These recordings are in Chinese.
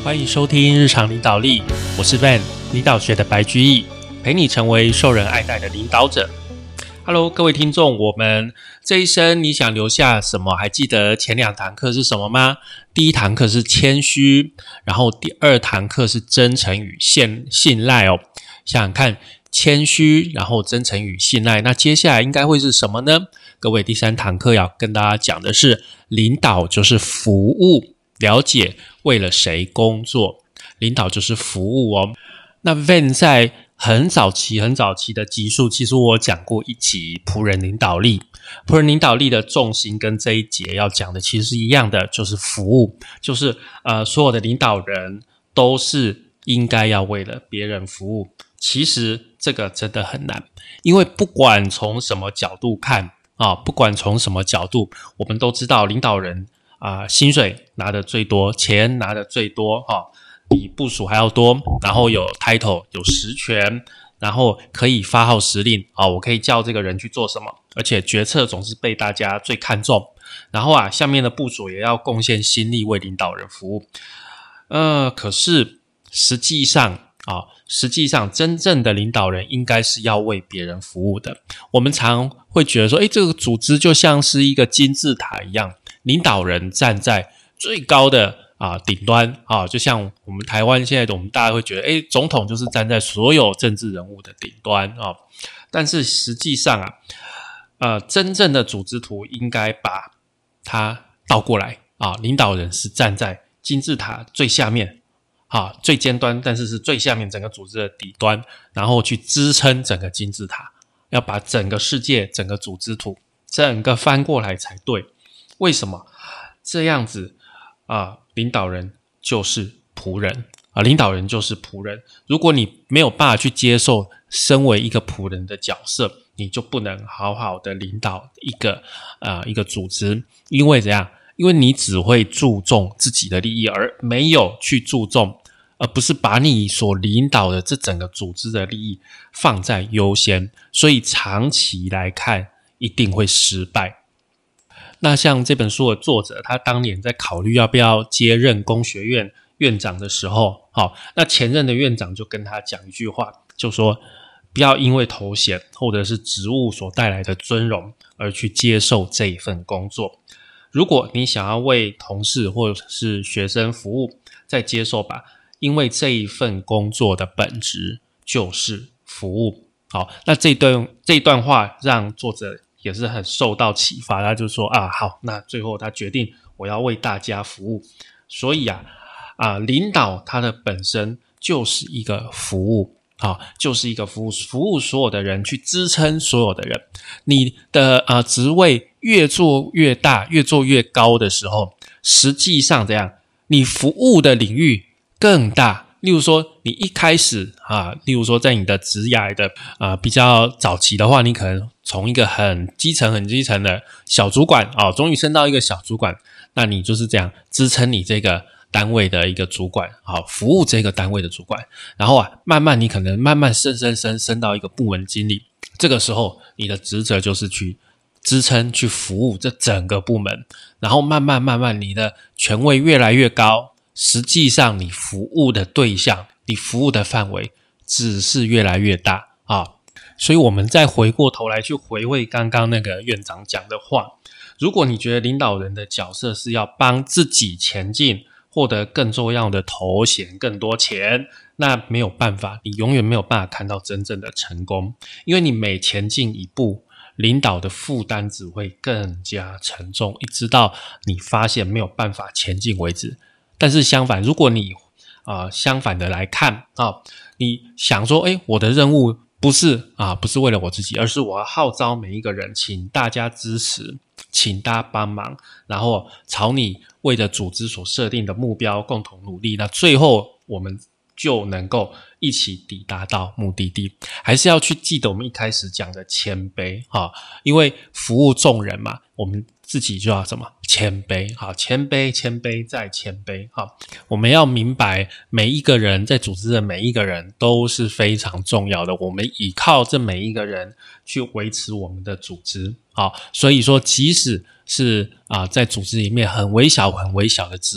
欢迎收听日常领导力，我是 Van 领导学的白居易，陪你成为受人爱戴的领导者。Hello， 各位听众，我们这一生你想留下什么？还记得前2堂课是什么吗？第1堂课是谦虚，然后第2堂课是真诚与信赖哦。想想看，谦虚，然后真诚与信赖，那接下来应该会是什么呢？各位，第3堂课要跟大家讲的是，领导就是服务，了解为了谁工作，领导就是服务哦。那 Van 在很早期的集数，其实我讲过一集仆人领导力。仆人领导力的重心跟这一节要讲的其实是一样的，就是服务，就是所有的领导人都是应该要为了别人服务。其实这个真的很难，因为不管从什么角度看不管从什么角度，我们都知道领导人薪水拿得最多，钱拿得最多比部属还要多，然后有 title 有实权，然后可以发号施令我可以叫这个人去做什么，而且决策总是被大家最看重，然后下面的部属也要贡献心力为领导人服务。可是实际上真正的领导人应该是要为别人服务的。我们常会觉得说这个组织就像是一个金字塔一样，领导人站在最高的顶端就像我们台湾现在我们大家会觉得总统就是站在所有政治人物的顶端但是实际上真正的组织图应该把它倒过来领导人是站在金字塔最下面最尖端，但是是最下面整个组织的底端，然后去支撑整个金字塔，要把整个世界整个组织图整个翻过来才对。为什么这样子领导人就是仆人领导人就是仆人。如果你没有办法去接受身为一个仆人的角色，你就不能好好的领导一个组织。因为怎样？因为你只会注重自己的利益，而没有去注重，而不是把你所领导的这整个组织的利益放在优先，所以长期来看一定会失败。那像这本书的作者，他当年在考虑要不要接任工学院院长的时候那前任的院长就跟他讲一句话，就说不要因为头衔或者是职务所带来的尊荣而去接受这一份工作。如果你想要为同事或者是学生服务，再接受吧，因为这一份工作的本质就是服务。好，那这一段话让作者也是很受到启发，他就说好，那最后他决定我要为大家服务。所以领导他的本身就是一个服务就是一个服务所有的人，去支撑所有的人。你的职位越做越大，越做越高的时候，实际上怎样？你服务的领域更大。例如说你一开始例如说在你的职涯的比较早期的话，你可能从一个很基层的小主管终于升到一个小主管，那你就是这样支撑你这个单位的一个主管服务这个单位的主管，然后你可能慢慢升到一个部门经理。这个时候你的职责就是去支撑去服务这整个部门，然后慢慢你的权位越来越高，实际上你服务的对象，你服务的范围只是越来越大所以我们再回过头来去回味刚刚那个院长讲的话，如果你觉得领导人的角色是要帮自己前进，获得更重要的头衔，更多钱，那没有办法，你永远没有办法看到真正的成功。因为你每前进一步，领导的负担只会更加沉重，一直到你发现没有办法前进为止。但是相反，如果你相反的来看你想说我的任务不是为了我自己，而是我要号召每一个人，请大家支持，请大家帮忙，然后朝你为了组织所设定的目标共同努力，那最后我们就能够一起抵达到目的地。还是要去记得我们一开始讲的谦卑因为服务众人嘛，我们自己就要什么？谦卑谦卑再谦卑我们要明白每一个人在组织的每一个人都是非常重要的，我们依靠这每一个人去维持我们的组织所以说即使是在组织里面很微小的职务，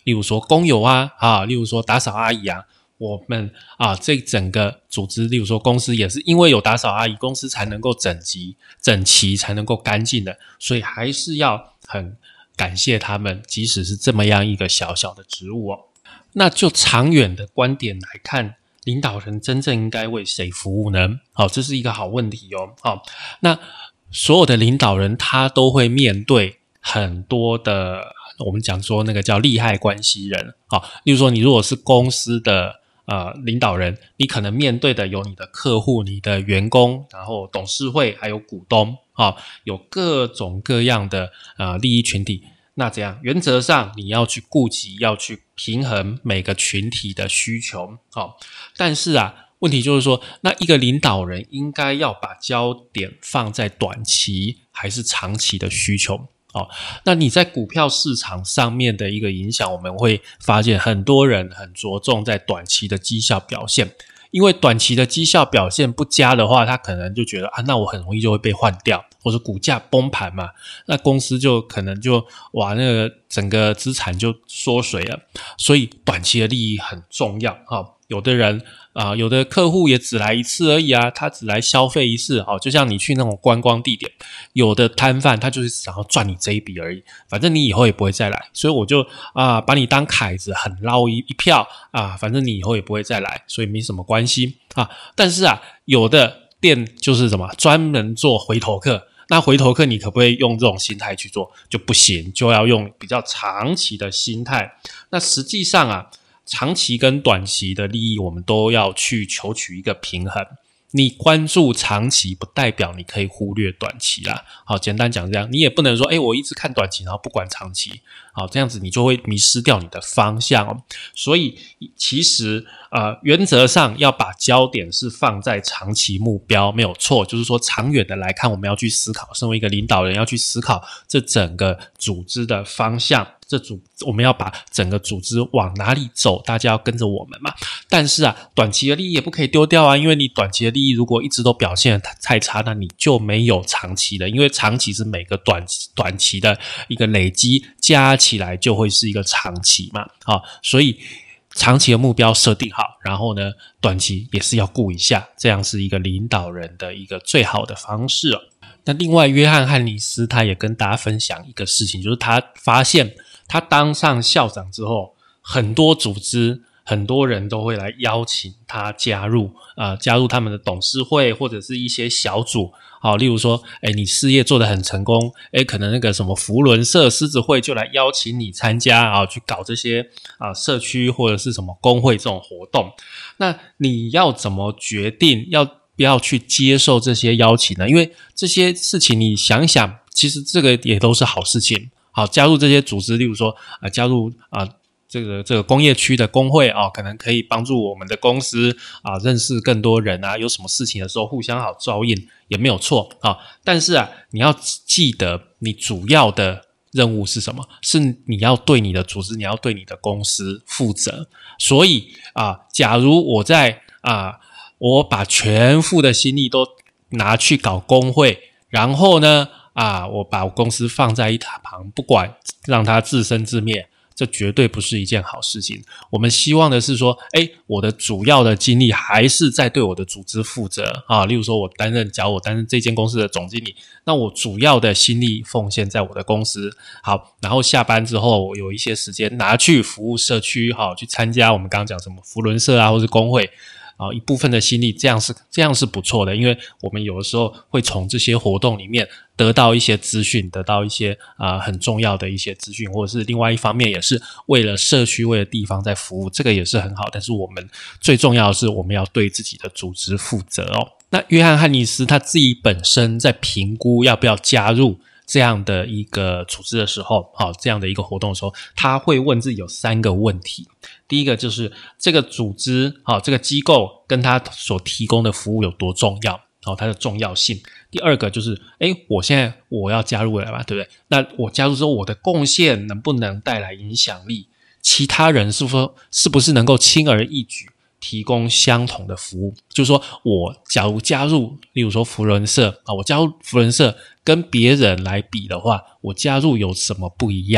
例如说工友例如说打扫阿姨我们这整个组织，例如说公司也是因为有打扫阿姨，公司才能够整齐才能够干净的，所以还是要很感谢他们，即使是这么样一个小小的职务那就长远的观点来看，领导人真正应该为谁服务呢？这是一个好问题那所有的领导人他都会面对很多的，我们讲说那个叫利害关系人例如说你如果是公司的领导人，你可能面对的有你的客户、你的员工，然后董事会还有股东有各种各样的利益群体。那这样原则上你要去顾及，要去平衡每个群体的需求但是问题就是说，那一个领导人应该要把焦点放在短期还是长期的需求那你在股票市场上面的一个影响，我们会发现很多人很着重在短期的绩效表现，因为短期的绩效表现不佳的话，他可能就觉得那我很容易就会被换掉，或者股价崩盘嘛，那公司就可能就那个整个资产就缩水了，所以短期的利益很重要有的人有的客户也只来一次而已他只来消费一次就像你去那种观光地点，有的摊贩他就是想要赚你这一笔而已，反正你以后也不会再来，所以我就把你当凯子狠捞一票反正你以后也不会再来，所以没什么关系但是有的店就是什么专门做回头客，那回头客你可不可以用这种心态去做？就不行，就要用比较长期的心态。那实际上长期跟短期的利益我们都要去求取一个平衡，你关注长期不代表你可以忽略短期啦简单讲这样，你也不能说我一直看短期然后不管长期这样子你就会迷失掉你的方向所以其实原则上要把焦点是放在长期目标没有错，就是说长远的来看，我们要去思考，身为一个领导人要去思考这整个组织的方向，我们要把整个组织往哪里走，大家要跟着我们嘛。但是短期的利益也不可以丢掉因为你短期的利益如果一直都表现得太差，那你就没有长期的，因为长期是每个短期的一个累积加起来就会是一个长期嘛所以长期的目标设定好，然后呢短期也是要顾一下，这样是一个领导人的一个最好的方式那另外约翰汉尼斯他也跟大家分享一个事情，就是他发现他当上校长之后，很多组织很多人都会来邀请他加入他们的董事会或者是一些小组例如说你事业做得很成功可能那个什么福伦社狮子会就来邀请你参加去搞这些社区或者是什么工会这种活动，那你要怎么决定要不要去接受这些邀请呢？因为这些事情你想一想，其实这个也都是好事情加入这些组织，例如说加入这个工业区的工会可能可以帮助我们的公司认识更多人有什么事情的时候互相好照应也没有错但是你要记得你主要的任务是什么？是你要对你的组织，你要对你的公司负责。所以假如我把全副的心力都拿去搞工会，然后呢我把我公司放在一旁不管，让它自生自灭，这绝对不是一件好事情。我们希望的是说我的主要的精力还是在对我的组织负责例如说我担任这间公司的总经理，那我主要的心力奉献在我的公司好，然后下班之后我有一些时间拿去服务社区去参加我们刚刚讲什么福伦社或是工会一部分的心力，这样是不错的，因为我们有的时候会从这些活动里面得到一些资讯，得到一些很重要的一些资讯，或者是另外一方面也是为了社区为了地方在服务，这个也是很好。但是我们最重要的是我们要对自己的组织负责那约翰汉尼斯他自己本身在评估要不要加入这样的一个组织的时候这样的一个活动的时候，他会问自己有3个问题。第一个就是这个组织这个机构跟他所提供的服务有多重要它的重要性。第二个就是我要加入了嘛，对不对？那我加入之后我的贡献能不能带来影响力？其他人是不是能够轻而易举提供相同的服务？就是说我假如加入例如说福伦社我加入福伦社跟别人来比的话，我加入有什么不一样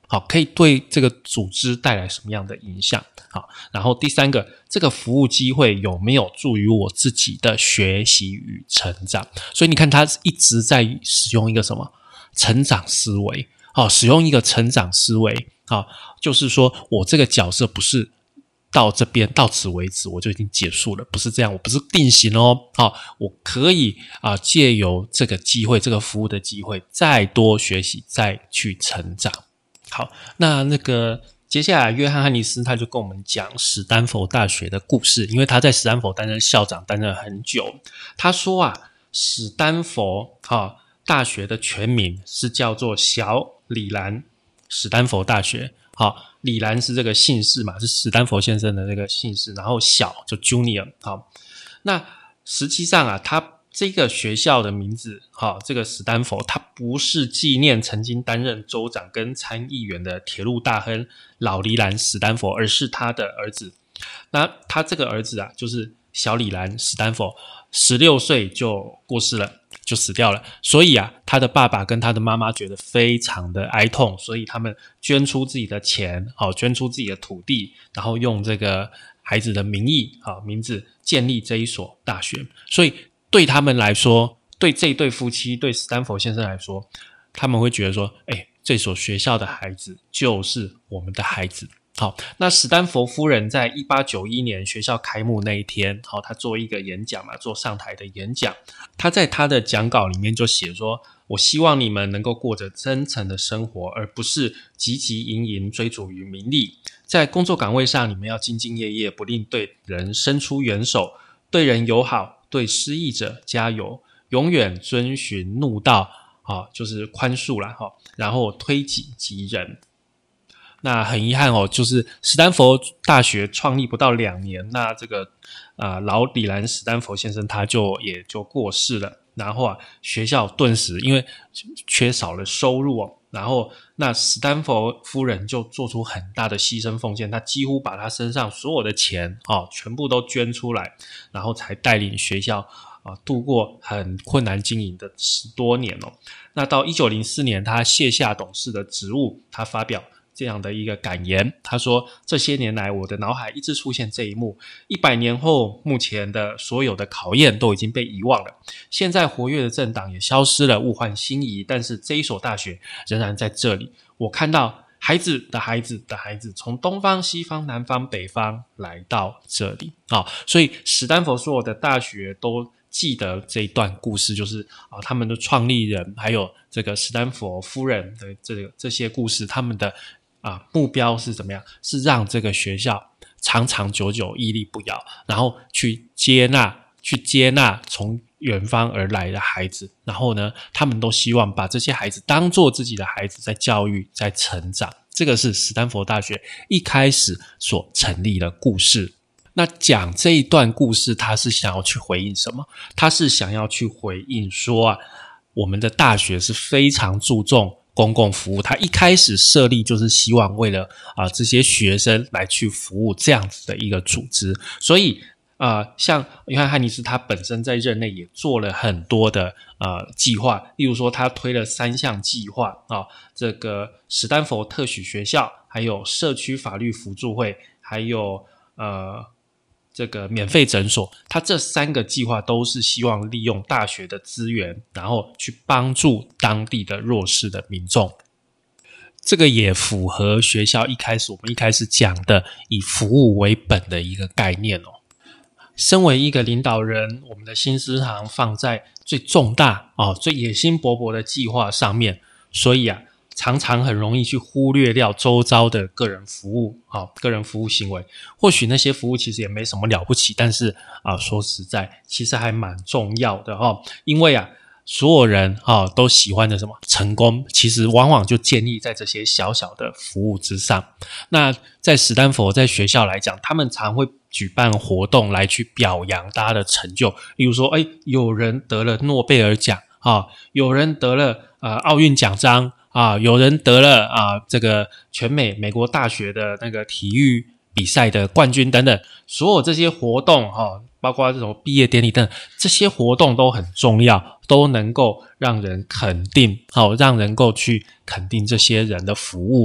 好，可以对这个组织带来什么样的影响？好，然后第三个，这个服务机会有没有助于我自己的学习与成长？所以你看，他一直在使用一个什么成长思维？好，使用一个成长思维，好，就是说我这个角色不是到这边到此为止，我就已经结束了，不是这样，我不是定型哦。好，我可以借由这个机会，这个服务的机会，再多学习，再去成长。好，那个接下来约翰汉尼斯他就跟我们讲史丹佛大学的故事，因为他在史丹佛担任校长担任很久。他说史丹佛大学的全名是叫做小里兰史丹佛大学。好，里兰是这个姓氏嘛，是史丹佛先生的这个姓氏，然后小就 Junior。好，那实际上他这个学校的名字这个史丹佛，它不是纪念曾经担任州长跟参议员的铁路大亨老里兰史丹佛，而是他的儿子。那他这个儿子就是小里兰史丹佛，16岁就过世了，就死掉了。所以他的爸爸跟他的妈妈觉得非常的哀痛，所以他们捐出自己的钱，捐出自己的土地，然后用这个孩子的名义名字建立这一所大学。所以对他们来说，对这一对夫妻，对史丹佛先生来说，他们会觉得说这所学校的孩子就是我们的孩子。好，那史丹佛夫人在1891年学校开幕那一天，她做一个演讲嘛，做上台的演讲。她在她的讲稿里面就写说，我希望你们能够过着真诚的生活，而不是汲汲营营追逐于名利。在工作岗位上，你们要兢兢业业，不吝对人伸出援手，对人友好，对失意者加油，永远遵循怒道，就是宽恕啦，然后推己及人。那很遗憾就是史丹佛大学创立不到2年，那这个老里兰史丹佛先生他也就过世了。然后学校顿时因为缺少了收入然后那史丹佛夫人就做出很大的牺牲奉献，他几乎把他身上所有的钱全部都捐出来，然后才带领学校度过很困难经营的10多年那到1904年他卸下董事的职务，他发表这样的一个感言，他说，这些年来我的脑海一直出现这一幕，100年后目前的所有的考验都已经被遗忘了，现在活跃的政党也消失了，物换星移，但是这一所大学仍然在这里，我看到孩子的孩子的孩子从东方西方南方北方来到这里所以史丹佛所有的大学都记得这一段故事，就是他们的创立人还有这个史丹佛夫人的这些故事，他们的目标是怎么样？是让这个学校长长久久屹立不摇，然后去接纳从远方而来的孩子，然后呢，他们都希望把这些孩子当作自己的孩子，在教育，在成长。这个是史丹佛大学一开始所成立的故事。那讲这一段故事，他是想要去回应什么？他是想要去回应说我们的大学是非常注重公共服务，他一开始设立就是希望为了这些学生来去服务这样子的一个组织，所以像约翰汉尼斯他本身在任内也做了很多的计划，例如说他推了3项计划这个史丹佛特许学校，还有社区法律辅助会，还有这个免费诊所，他这3个计划都是希望利用大学的资源，然后去帮助当地的弱势的民众。这个也符合学校我们一开始讲的以服务为本的一个概念身为一个领导人，我们的心思常放在最重大最野心勃勃的计划上面，所以常常很容易去忽略掉周遭的个人服务个人服务行为。或许那些服务其实也没什么了不起，但是说实在其实还蛮重要的因为所有人都喜欢的什么成功，其实往往就建立在这些小小的服务之上。那在史丹佛在学校来讲，他们常会举办活动来去表扬大家的成就，例如说有人得了诺贝尔奖有人得了奥运奖章有人得了这个全美国大学的那个体育比赛的冠军等等，所有这些活动包括这种毕业典礼等等，这些活动都很重要，都能够让人肯定让人够去肯定这些人的服务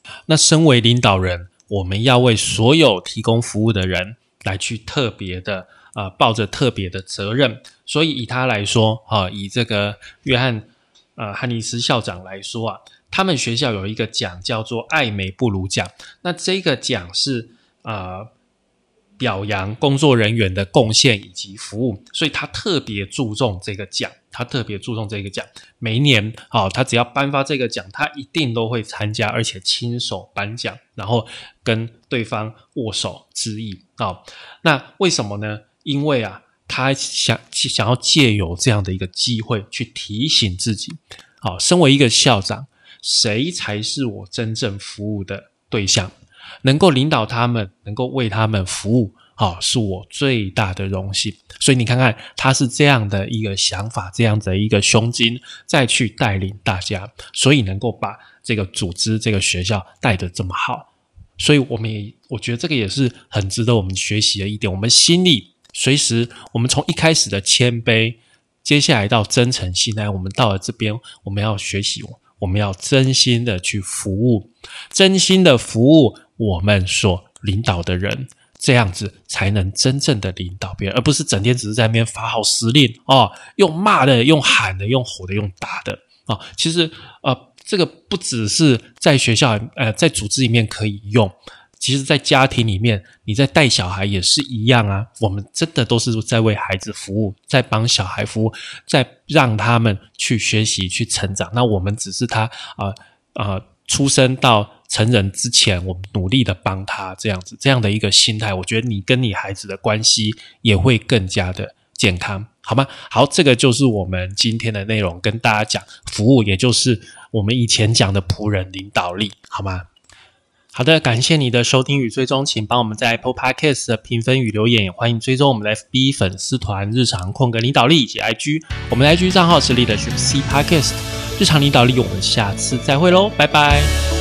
那身为领导人，我们要为所有提供服务的人来去特别的抱着特别的责任。所以以他来说以这个约翰汉尼斯校长来说啊，他们学校有一个奖叫做爱美不如奖。那这个奖是表扬工作人员的贡献以及服务，所以他特别注重这个奖，每一年他只要颁发这个奖，他一定都会参加，而且亲手颁奖，然后跟对方握手致意那为什么呢？因为他想要借由这样的一个机会去提醒自己身为一个校长，谁才是我真正服务的对象，能够领导他们，能够为他们服务是我最大的荣幸。所以你看看他是这样的一个想法，这样的一个胸襟再去带领大家，所以能够把这个组织这个学校带得这么好。所以我觉得这个也是很值得我们学习的一点。我们心里随时，我们从一开始的谦卑，接下来到真诚信赖，我们到了这边，我们要学习，我们要真心的去服务，真心的服务我们所领导的人，这样子才能真正的领导别人，而不是整天只是在那边发号施令用骂的，用喊的，用吼的，用打的其实这个不只是在学校在组织里面可以用，其实在家庭里面，你在带小孩也是一样啊。我们真的都是在为孩子服务，在帮小孩服务，在让他们去学习去成长。那我们只是他出生到成人之前，我们努力的帮他，这样的一个心态，我觉得你跟你孩子的关系也会更加的健康，好吗？好，这个就是我们今天的内容，跟大家讲服务，也就是我们以前讲的仆人领导力，好吗？好的，感谢你的收听与追踪，请帮我们在 Apple Podcast 的评分与留言，也欢迎追踪我们的 FB 粉丝团日常空格领导力以及 IG， 我们的 IG 账号是 Leadership C Podcast 日常领导力，我们下次再会咯，拜拜。